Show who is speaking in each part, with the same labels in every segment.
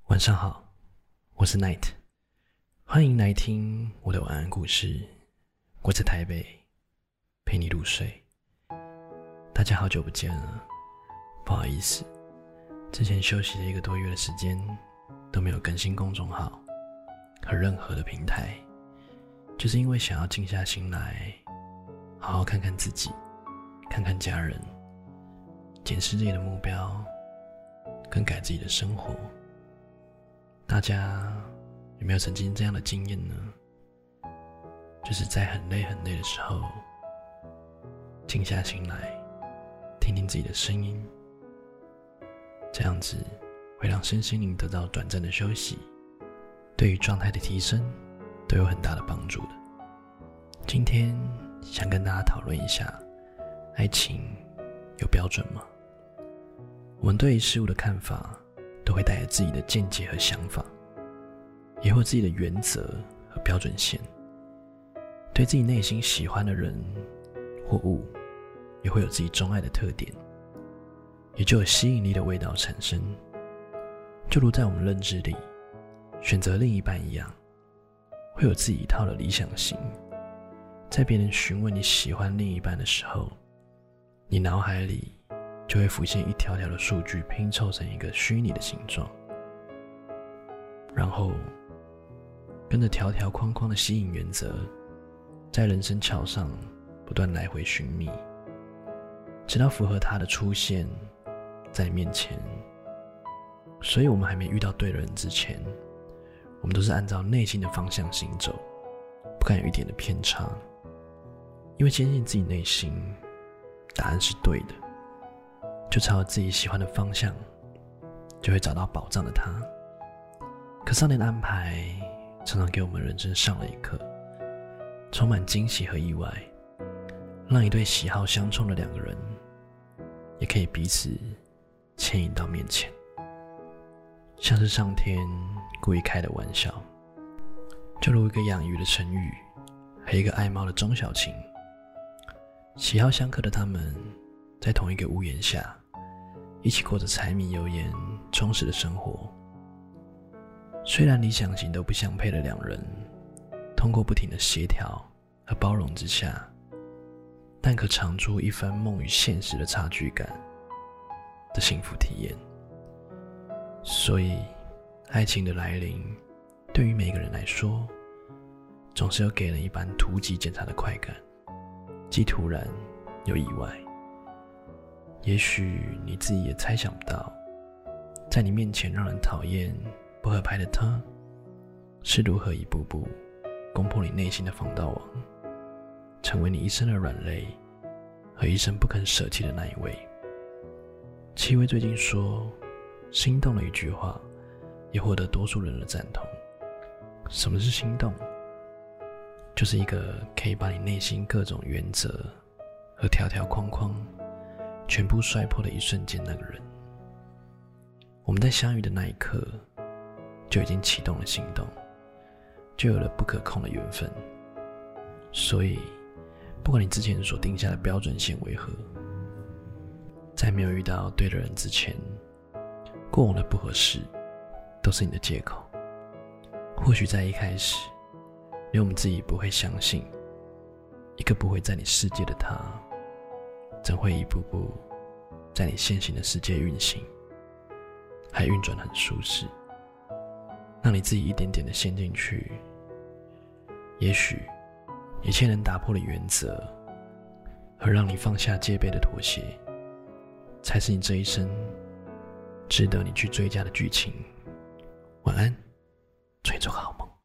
Speaker 1: 晚上好，我是 Night， 欢迎来听我的晚安故事。我在台北陪你入睡。大家好久不见了，不好意思，之前休息了1个多月的时间都没有更新公众号和任何的平台，就是因为想要静下心来，好好看看自己，看看家人，检视自己的目标，更改自己的生活。大家有没有曾经这样的经验呢？就是在很累的时候，静下心来听听自己的声音，这样子会让身心灵得到短暂的休息，对于状态的提升都有很大的帮助的。今天想跟大家讨论一下，爱情有标准吗？我们对于事物的看法都会带着自己的见解和想法，也会有自己的原则和标准线。对自己内心喜欢的人或物，也会有自己钟爱的特点，也就有吸引力的味道产生。就如在我们认知里，选择另一半一样，会有自己一套的理想型。在别人询问你喜欢另一半的时候，你脑海里就会浮现一条条的数据拼凑成一个虚拟的形状，然后跟着条条框框的吸引原则，在人生桥上不断来回寻觅，直到符合他的出现在面前。所以我们还没遇到对的人之前，我们都是按照内心的方向行走，不敢有一点的偏差，因为坚信自己内心答案是对的，就朝着自己喜欢的方向，就会找到宝藏的他。可上天的安排常常给我们人生上了一课，充满惊喜和意外，让一对喜好相冲的2个人也可以彼此牵引到面前，像是上天故意开的玩笑。就如一个养鱼的陈宇和一个爱猫的钟小晴，喜好相克的他们在同一个屋檐下，一起过着柴米油盐充实的生活。虽然理想型都不相配的2人，通过不停的协调和包容之下，但可尝出一番梦与现实的差距感的幸福体验。所以爱情的来临对于每个人来说，总是有给人一般突击检查的快感，既突然又意外。也许你自己也猜想不到，在你面前让人讨厌不合拍的他，是如何一步步攻破你内心的防盗网，成为你一生的软肋和一生不肯舍弃的那一位。戚薇最近说，心动的一句话也获得多数人的赞同。什么是心动？就是一个可以把你内心各种原则和条条框框全部摔破的一瞬间那个人。我们在相遇的那一刻就已经启动了心动，就有了不可控的缘分。所以不管你之前所定下的标准线为何，在没有遇到对的人之前，过往的不合适都是你的借口。或许在一开始，连我们自己不会相信，一个不会在你世界的他，怎会一步步在你现行的世界运行，还运转得很舒适，让你自己一点点的陷进去。也许一切能打破的原则和让你放下戒备的妥协，才是你这一生值得你去追加的剧情。晚安，祝你做个好梦。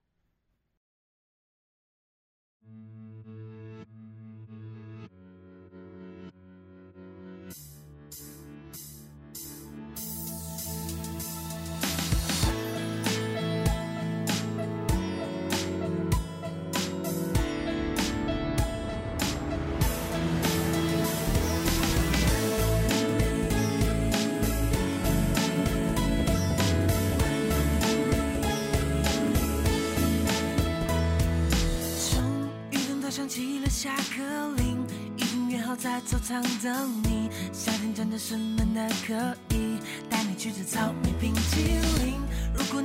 Speaker 2: 下课铃，已经约好在操场等你。夏天真的是闷得可以，带你去吃草莓冰淇淋。如果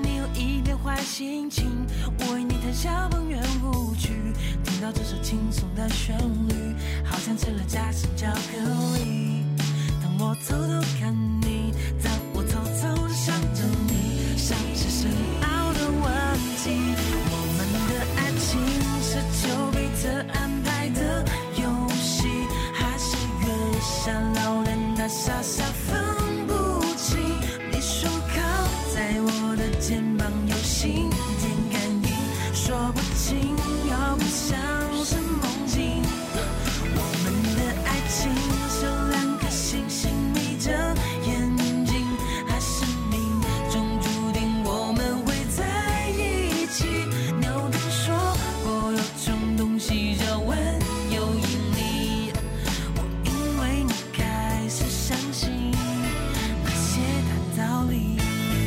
Speaker 2: 心情，我为你弹小邦圆舞曲，听到这首轻松的旋律，好像吃了加上巧克力。当我偷偷看你，当我偷偷的想着你，像是深奥的问题。我们的爱情是丘比特安排的游戏，还是月下老人他傻傻分不清？你说靠在我的肩膀有心电感应，说不清又不像是梦境。我们的爱情是两颗星星眯着眼睛，还是命中注定我们会在一起？牛顿说过有种东西叫万有引力，我因为你开始相信那些大道理。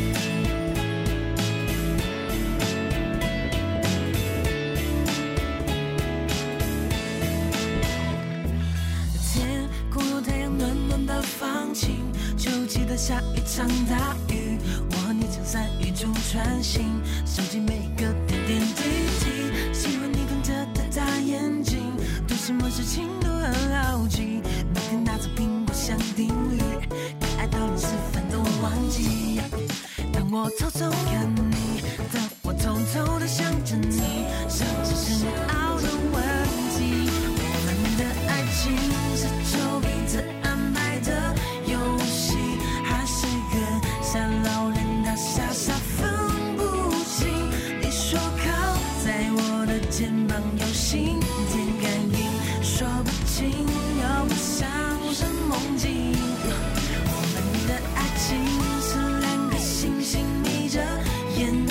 Speaker 2: 天空有太阳暖暖的放晴，秋季的下一场大雨，我和你将在雨中穿行，收集每个点点滴滴，喜欢你看着的大眼睛，对什么事情都很好奇，每天拿着苹果想定律，可爱到连吃饭都忘记。当我偷偷看你，当我偷偷的想着你，像是深奥的问题。我们的爱情是丘比特安排的游戏，还是月下老人他傻傻分不清？你说靠在我的肩膀有心电感应，说不清又不像是梦境。我们的爱情是两颗星星眯着眼